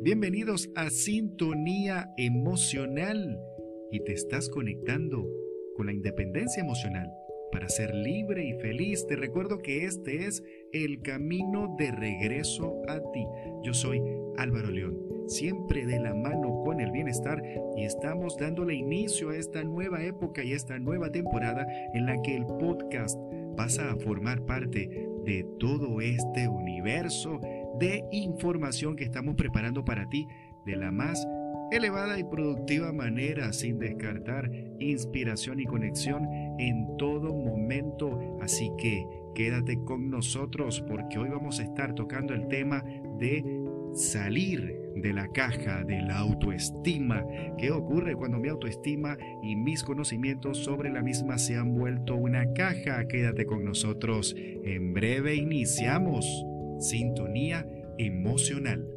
Bienvenidos a Sintonía Emocional y te estás conectando con la independencia emocional para ser libre y feliz. Te recuerdo que este es el camino de regreso a ti. Yo soy Álvaro León, siempre de la mano con el bienestar, y estamos dándole inicio a esta nueva época y esta nueva temporada en la que el podcast pasa a formar parte de todo este universo de información que estamos preparando para ti de la más elevada y productiva manera, sin descartar inspiración y conexión en todo momento. Así que quédate con nosotros porque hoy vamos a estar tocando el tema de salir de la caja de la autoestima. ¿Qué ocurre cuando mi autoestima y mis conocimientos sobre la misma se han vuelto una caja? Quédate con nosotros. En breve iniciamos Sintonía Emocional.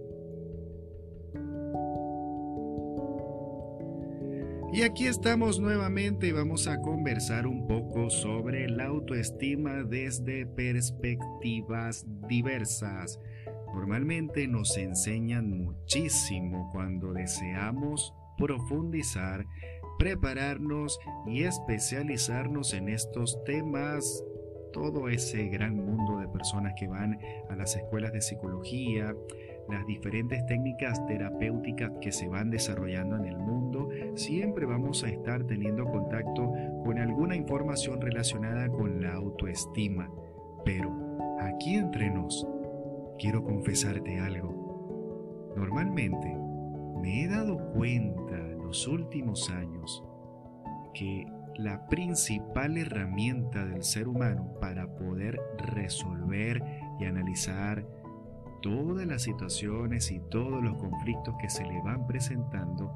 Y aquí estamos nuevamente y vamos a conversar un poco sobre la autoestima desde perspectivas diversas. Normalmente nos enseñan muchísimo cuando deseamos profundizar, prepararnos y especializarnos en estos temas. Todo ese gran mundo de personas que van a las escuelas de psicología, las diferentes técnicas terapéuticas que se van desarrollando en el mundo, siempre vamos a estar teniendo contacto con alguna información relacionada con la autoestima. Pero aquí entre nos, quiero confesarte algo. Normalmente me he dado cuenta en los últimos años que la principal herramienta del ser humano para poder resolver y analizar todas las situaciones y todos los conflictos que se le van presentando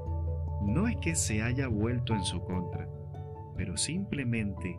no es que se haya vuelto en su contra, pero simplemente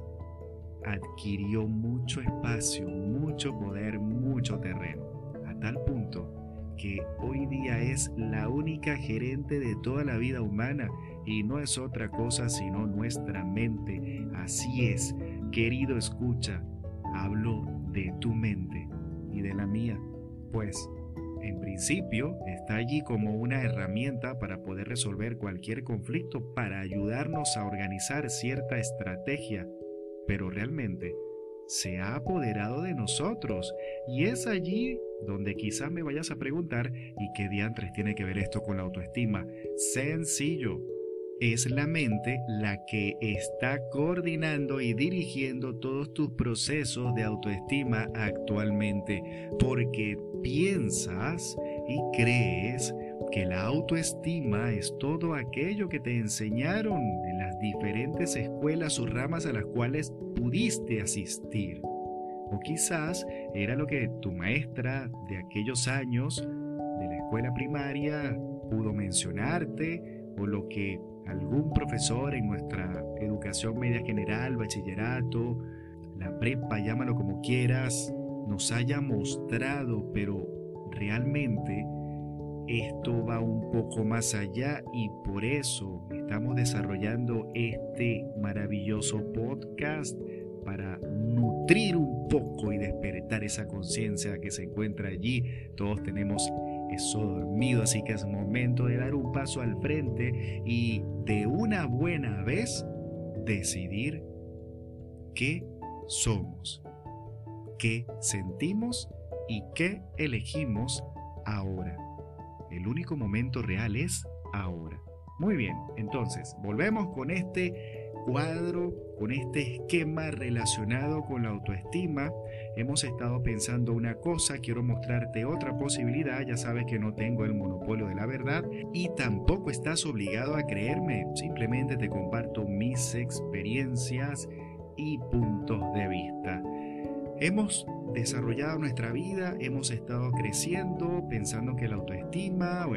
adquirió mucho espacio, mucho poder, mucho terreno, a tal punto que hoy día es la única gerente de toda la vida humana y no es otra cosa sino nuestra mente. Así es, querido escucha, hablo de tu mente y de la mía. Pues, en principio, está allí como una herramienta para poder resolver cualquier conflicto, para ayudarnos a organizar cierta estrategia, pero realmente se ha apoderado de nosotros, y es allí donde quizás me vayas a preguntar, ¿y qué diantres tiene que ver esto con la autoestima? Sencillo. Es la mente la que está coordinando y dirigiendo todos tus procesos de autoestima actualmente, porque piensas y crees que la autoestima es todo aquello que te enseñaron en las diferentes escuelas o ramas a las cuales pudiste asistir. O quizás era lo que tu maestra de aquellos años de la escuela primaria pudo mencionarte, o lo que algún profesor en nuestra educación media general, bachillerato, la prepa, llámalo como quieras, nos haya mostrado. Pero realmente esto va un poco más allá, y por eso estamos desarrollando este maravilloso podcast para nutrir un poco y despertar esa conciencia que se encuentra allí. Todos tenemos eso dormido, así que es momento de dar un paso al frente y de una buena vez decidir qué somos, qué sentimos y qué elegimos ahora. El único momento real es ahora. Muy bien, entonces volvemos con este cuadro, con este esquema relacionado con la autoestima. Hemos estado pensando una cosa, quiero mostrarte otra posibilidad. Ya sabes que no tengo el monopolio de la verdad y tampoco estás obligado a creerme. Simplemente te comparto mis experiencias y puntos de vista. Hemos desarrollado nuestra vida, hemos estado creciendo pensando que la autoestima,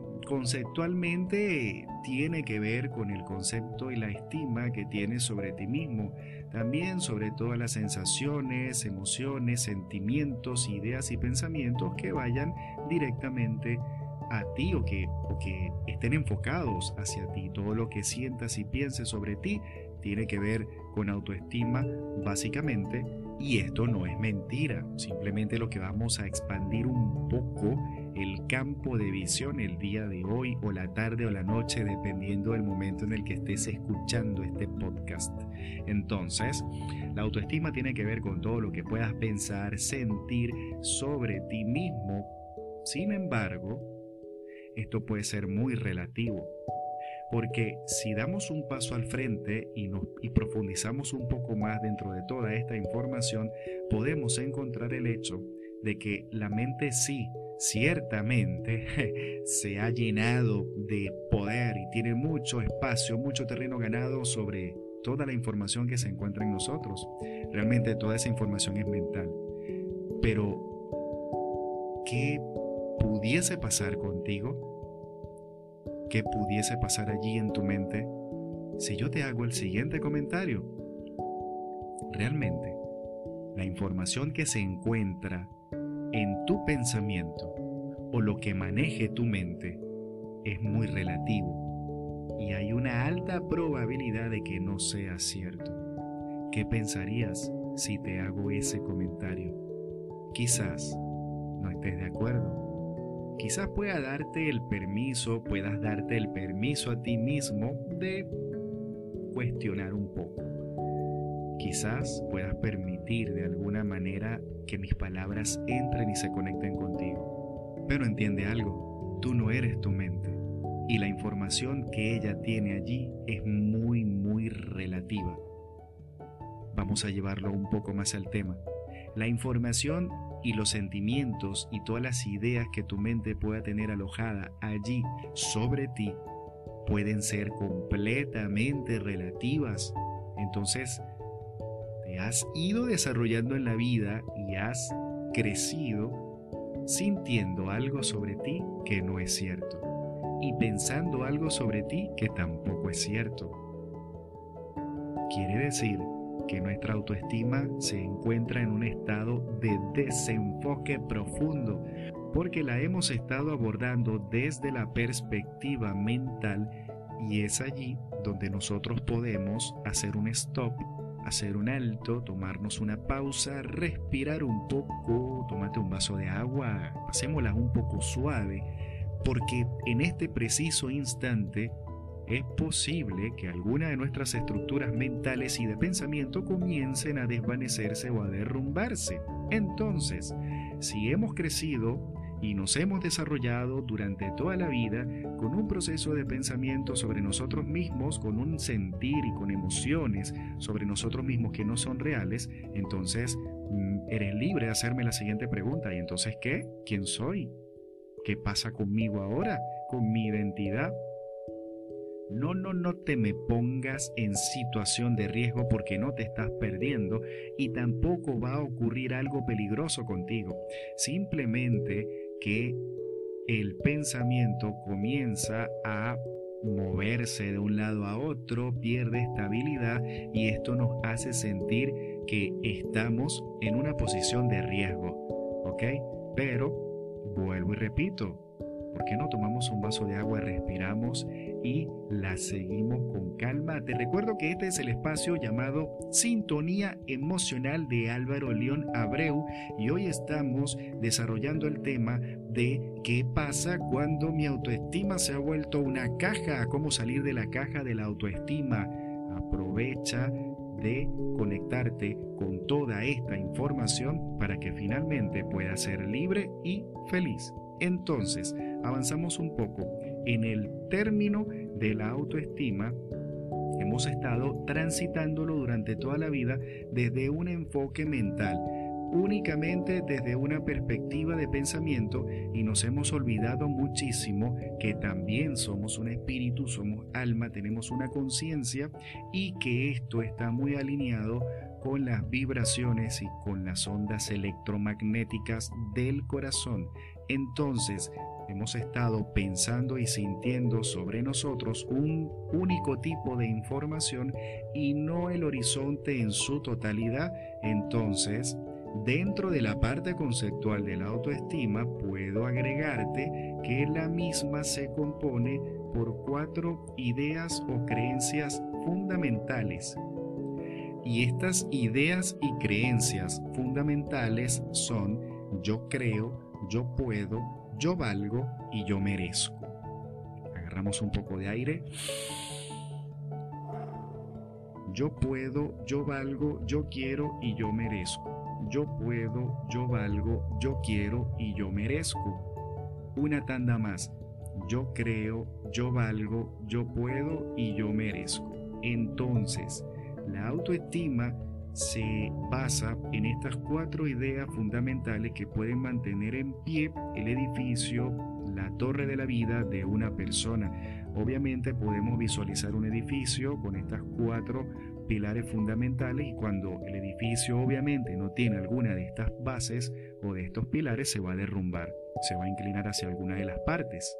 conceptualmente tiene que ver con el concepto y la estima que tienes sobre ti mismo, también sobre todas las sensaciones, emociones, sentimientos, ideas y pensamientos que vayan directamente a ti o que estén enfocados hacia ti. Todo lo que sientas y pienses sobre ti tiene que ver con autoestima básicamente, y esto no es mentira. Simplemente lo que vamos a expandir un poco el campo de visión el día de hoy o la tarde o la noche, dependiendo del momento en el que estés escuchando este podcast. Entonces, la autoestima tiene que ver con todo lo que puedas pensar, sentir sobre ti mismo. Sin embargo, esto puede ser muy relativo, porque si damos un paso al frente y profundizamos un poco más dentro de toda esta información, podemos encontrar el hecho de que la mente sí, ciertamente se ha llenado de poder y tiene mucho espacio, mucho terreno ganado sobre toda la información que se encuentra en nosotros. Realmente toda esa información es mental. Pero, ¿qué pudiese pasar contigo? ¿Qué pudiese pasar allí en tu mente si yo te hago el siguiente comentario? Realmente, la información que se encuentra en tu pensamiento o lo que maneje tu mente es muy relativo y hay una alta probabilidad de que no sea cierto. ¿Qué pensarías si te hago ese comentario? Quizás no estés de acuerdo. Quizás puedas darte el permiso a ti mismo de cuestionar un poco. Quizás puedas permitir de alguna manera que mis palabras entren y se conecten contigo. Pero entiende algo, tú no eres tu mente y la información que ella tiene allí es muy, muy relativa. Vamos a llevarlo un poco más al tema. La información y los sentimientos y todas las ideas que tu mente pueda tener alojada allí sobre ti pueden ser completamente relativas. Entonces, te has ido desarrollando en la vida y has crecido sintiendo algo sobre ti que no es cierto y pensando algo sobre ti que tampoco es cierto. Quiere decir que nuestra autoestima se encuentra en un estado de desenfoque profundo, porque la hemos estado abordando desde la perspectiva mental y es allí donde nosotros podemos hacer un stop, hacer un alto, tomarnos una pausa, respirar un poco, tómate un vaso de agua, hacémosla un poco suave, porque en este preciso instante es posible que alguna de nuestras estructuras mentales y de pensamiento comiencen a desvanecerse o a derrumbarse. Entonces, si hemos crecido y nos hemos desarrollado durante toda la vida con un proceso de pensamiento sobre nosotros mismos, con un sentir y con emociones sobre nosotros mismos que no son reales, entonces eres libre de hacerme la siguiente pregunta. ¿Y entonces qué? ¿Quién soy? ¿Qué pasa conmigo ahora? ¿Con mi identidad? No te me pongas en situación de riesgo porque no te estás perdiendo y tampoco va a ocurrir algo peligroso contigo. Simplemente que el pensamiento comienza a moverse de un lado a otro, pierde estabilidad y esto nos hace sentir que estamos en una posición de riesgo, ¿ok? Pero, vuelvo y repito, ¿por qué no tomamos un vaso de agua, respiramos y la seguimos con calma? Te recuerdo que este es el espacio llamado Sintonía Emocional de Álvaro León Abreu y hoy estamos desarrollando el tema de qué pasa cuando mi autoestima se ha vuelto una caja, cómo salir de la caja de la autoestima. Aprovecha de conectarte con toda esta información para que finalmente puedas ser libre y feliz. Entonces, avanzamos un poco. En el término de la autoestima, hemos estado transitándolo durante toda la vida desde un enfoque mental, únicamente desde una perspectiva de pensamiento y nos hemos olvidado muchísimo que también somos un espíritu, somos alma, tenemos una conciencia y que esto está muy alineado con las vibraciones y con las ondas electromagnéticas del corazón. Entonces, hemos estado pensando y sintiendo sobre nosotros un único tipo de información y no el horizonte en su totalidad. Entonces, dentro de la parte conceptual de la autoestima, puedo agregarte que la misma se compone por 4 ideas o creencias fundamentales. Y estas ideas y creencias fundamentales son: yo creo, yo puedo, yo valgo y yo merezco. Agarramos un poco de aire. Yo puedo, yo valgo, yo quiero y yo merezco. Yo puedo, yo valgo, yo quiero y yo merezco. Una tanda más. Yo creo, yo valgo, yo puedo y yo merezco. Entonces, la autoestima se basa en estas 4 ideas fundamentales que pueden mantener en pie el edificio, la torre de la vida de una persona. Obviamente podemos visualizar un edificio con estas 4 pilares fundamentales, y cuando el edificio obviamente no tiene alguna de estas bases o de estos pilares, se va a derrumbar, se va a inclinar hacia alguna de las partes.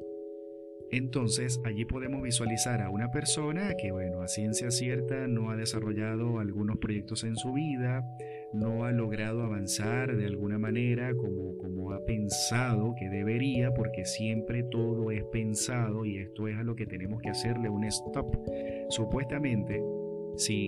Entonces allí podemos visualizar a una persona que, a ciencia cierta no ha desarrollado algunos proyectos en su vida, no ha logrado avanzar de alguna manera como ha pensado que debería, porque siempre todo es pensado y esto es a lo que tenemos que hacerle un stop. Supuestamente, si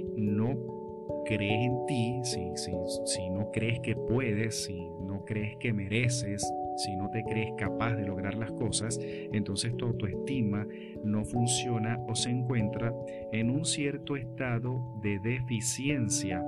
no crees en ti, si no crees que puedes, si no crees que mereces, si no te crees capaz de lograr las cosas, entonces tu autoestima no funciona o se encuentra en un cierto estado de deficiencia.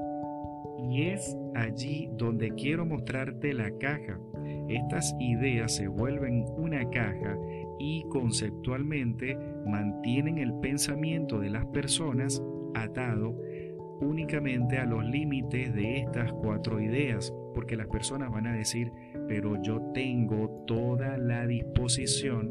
Y es allí donde quiero mostrarte la caja. Estas ideas se vuelven una caja y conceptualmente mantienen el pensamiento de las personas atado únicamente a los límites de estas 4 ideas, porque las personas van a decir, pero yo tengo toda la disposición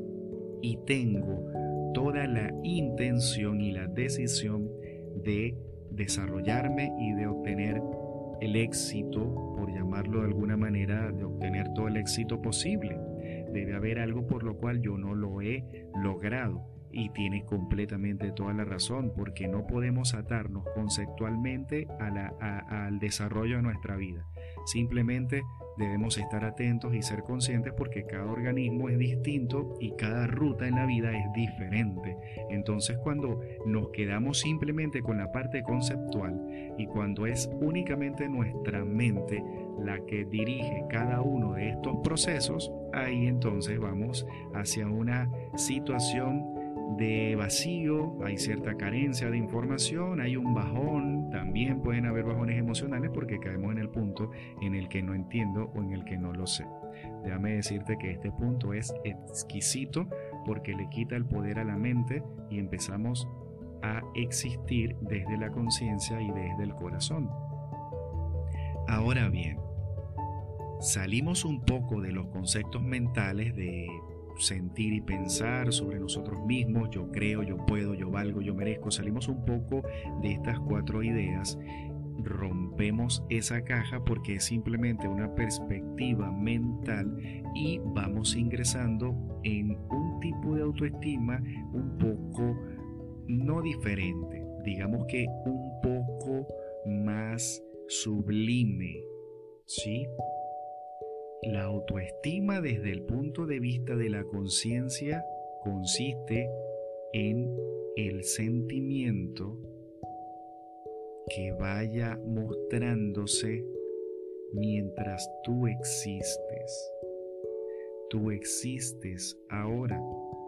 y tengo toda la intención y la decisión de desarrollarme y de obtener el éxito, por llamarlo de alguna manera, de obtener todo el éxito posible. Debe haber algo por lo cual yo no lo he logrado. Y tienes completamente toda la razón, porque no podemos atarnos conceptualmente al desarrollo de nuestra vida. Simplemente debemos estar atentos y ser conscientes, porque cada organismo es distinto y cada ruta en la vida es diferente. Entonces, cuando nos quedamos simplemente con la parte conceptual y cuando es únicamente nuestra mente la que dirige cada uno de estos procesos, ahí entonces vamos hacia una situación de vacío, hay cierta carencia de información, hay un bajón, también pueden haber bajones emocionales porque caemos en el punto en el que no entiendo o en el que no lo sé. Déjame decirte que este punto es exquisito porque le quita el poder a la mente y empezamos a existir desde la conciencia y desde el corazón. Ahora bien, salimos un poco de los conceptos mentales de sentir y pensar sobre nosotros mismos, yo creo, yo puedo, yo valgo, yo merezco. Salimos un poco de estas 4 ideas, rompemos esa caja porque es simplemente una perspectiva mental y vamos ingresando en un tipo de autoestima un poco no diferente, digamos que un poco más sublime, ¿sí? La autoestima desde el punto de vista de la conciencia consiste en el sentimiento que vaya mostrándose mientras tú existes. Tú existes ahora.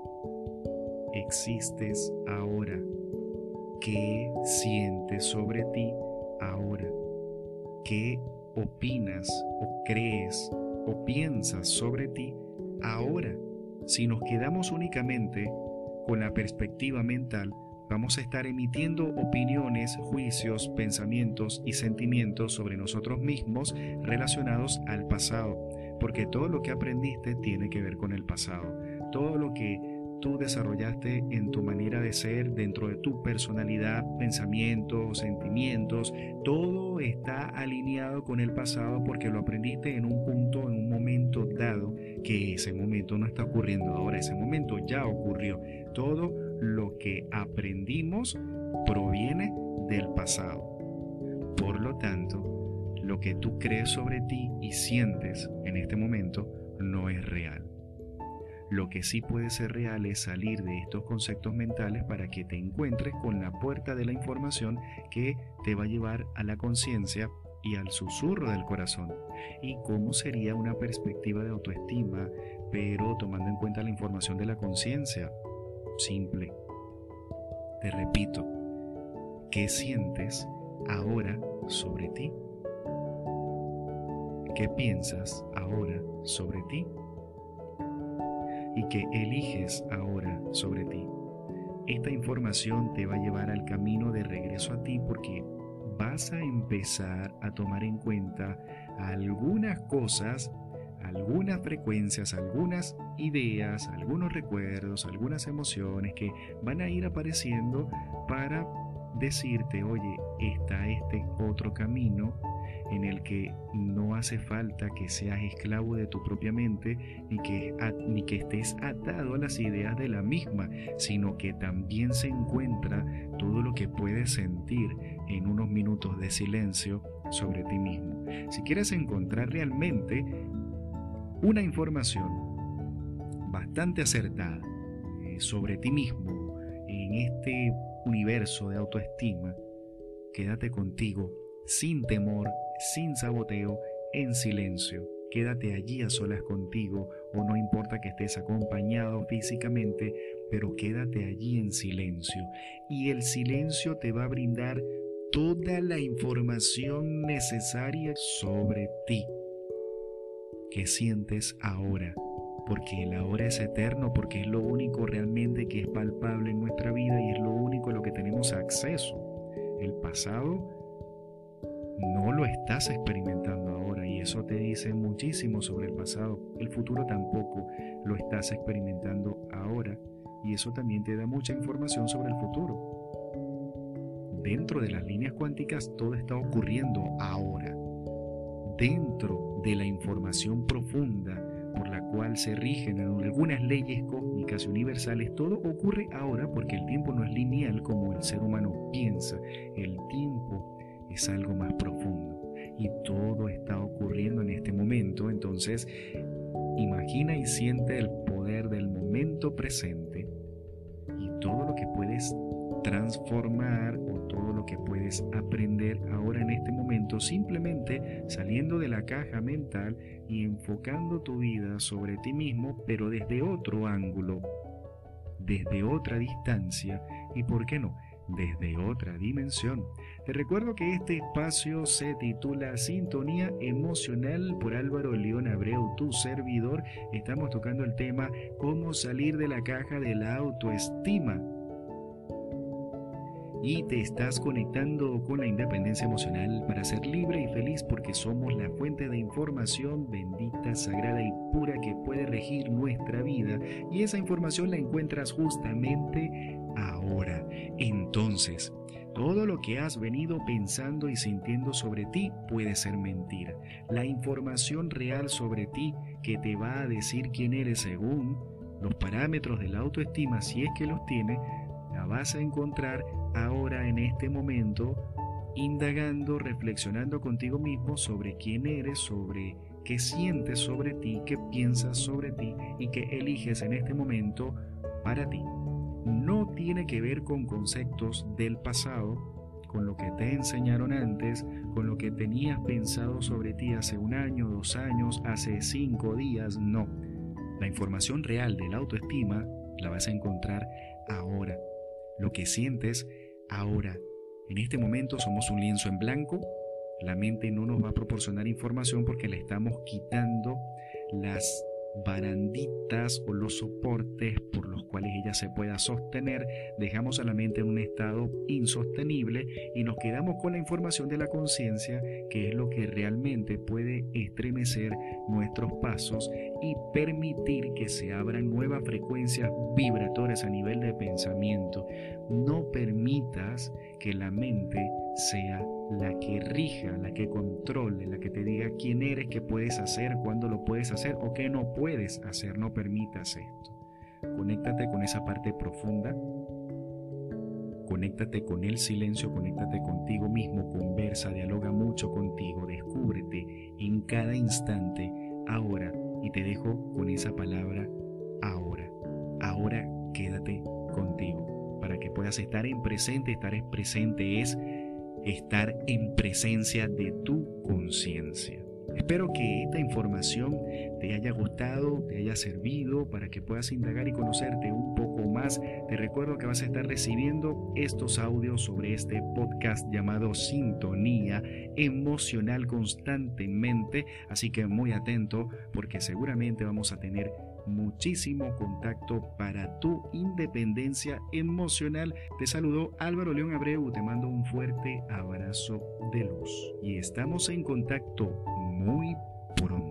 Existes ahora. ¿Qué sientes sobre ti ahora? ¿Qué opinas o crees o piensas sobre ti ahora? Si nos quedamos únicamente con la perspectiva mental, vamos a estar emitiendo opiniones, juicios, pensamientos y sentimientos sobre nosotros mismos relacionados al pasado, porque todo lo que aprendiste tiene que ver con el pasado. Todo lo que tú desarrollaste en tu manera de ser, dentro de tu personalidad, pensamientos, sentimientos, todo está alineado con el pasado porque lo aprendiste en un punto, en un momento dado, que ese momento no está ocurriendo ahora, ese momento ya ocurrió. Todo lo que aprendimos proviene del pasado. Por lo tanto, lo que tú crees sobre ti y sientes en este momento no es real. Lo que sí puede ser real es salir de estos conceptos mentales para que te encuentres con la puerta de la información que te va a llevar a la conciencia y al susurro del corazón. ¿Y cómo sería una perspectiva de autoestima, pero tomando en cuenta la información de la conciencia? Simple. Te repito, ¿qué sientes ahora sobre ti? ¿Qué piensas ahora sobre ti? ¿Y qué eliges ahora sobre ti? Esta información te va a llevar al camino de regreso a ti porque vas a empezar a tomar en cuenta algunas cosas, algunas frecuencias, algunas ideas, algunos recuerdos, algunas emociones que van a ir apareciendo para decirte, oye, está este otro camino en el que no hace falta que seas esclavo de tu propia mente ni que estés atado a las ideas de la misma, sino que también se encuentra todo lo que puedes sentir en unos minutos de silencio sobre ti mismo. Si quieres encontrar realmente una información bastante acertada sobre ti mismo en este universo de autoestima, quédate contigo sin temor, sin saboteo, en silencio. Quédate allí a solas contigo, o no importa que estés acompañado físicamente, pero quédate allí en silencio. Y el silencio te va a brindar toda la información necesaria sobre ti. ¿Qué sientes ahora? Porque el ahora es eterno, porque es lo único realmente que es palpable en nuestra vida y es lo único a lo que tenemos acceso. El pasado no lo estás experimentando ahora y eso te dice muchísimo sobre el pasado. El futuro tampoco lo estás experimentando ahora y eso también te da mucha información sobre el futuro. Dentro de las líneas cuánticas todo está ocurriendo ahora. Dentro de la información profunda por la cual se rigen algunas leyes cósmicas y universales, todo ocurre ahora porque el tiempo no es lineal como el ser humano piensa. El tiempo es algo más profundo y todo está ocurriendo en este momento. Entonces, imagina y siente el poder del momento presente y todo lo que puedes transformar o todo lo que puedes aprender ahora en este momento, simplemente saliendo de la caja mental y enfocando tu vida sobre ti mismo, pero desde otro ángulo, desde otra distancia y, ¿por qué no?, desde otra dimensión. Te recuerdo que este espacio se titula Sintonía Emocional por Álvaro León Abreu, tu servidor. Estamos tocando el tema cómo salir de la caja de la autoestima. Y te estás conectando con la independencia emocional para ser libre y feliz, porque somos la fuente de información bendita, sagrada y pura que puede regir nuestra vida, y esa información la encuentras justamente ahora. Entonces, todo lo que has venido pensando y sintiendo sobre ti puede ser mentira. La información real sobre ti que te va a decir quién eres según los parámetros de la autoestima, si es que los tiene, la vas a encontrar ahora en este momento, indagando, reflexionando contigo mismo sobre quién eres, sobre qué sientes sobre ti, qué piensas sobre ti y qué eliges en este momento para ti. No tiene que ver con conceptos del pasado, con lo que te enseñaron antes, con lo que tenías pensado sobre ti hace 1 año, 2 años, hace 5 días, no. La información real de la autoestima la vas a encontrar ahora. Lo que sientes ahora. En este momento somos un lienzo en blanco. La mente no nos va a proporcionar información porque le estamos quitando las baranditas o los soportes por los cuales ella se pueda sostener. Dejamos a la mente en un estado insostenible y nos quedamos con la información de la conciencia, que es lo que realmente puede estremecer nuestros pasos y permitir que se abran nuevas frecuencias vibratorias a nivel de pensamiento. No permitas que la mente sea la que rija, la que controle, la que te diga quién eres, qué puedes hacer, cuándo lo puedes hacer o qué no puedes hacer. No permitas esto. Conéctate con esa parte profunda, conéctate con el silencio, conéctate contigo mismo, conversa, dialoga mucho contigo, descúbrete en cada instante ahora, y te dejo con esa palabra ahora. Ahora quédate contigo para que puedas estar en presente. Estar en presente es estar en presencia de tu conciencia. Espero que esta información te haya gustado, te haya servido para que puedas indagar y conocerte un poco más. Te recuerdo que vas a estar recibiendo estos audios sobre este podcast llamado Sintonía Emocional constantemente, así que muy atento porque seguramente vamos a tener muchísimo contacto para tu independencia emocional. Te saludó Álvaro León Abreu, te mando un fuerte abrazo de luz y estamos en contacto muy pronto.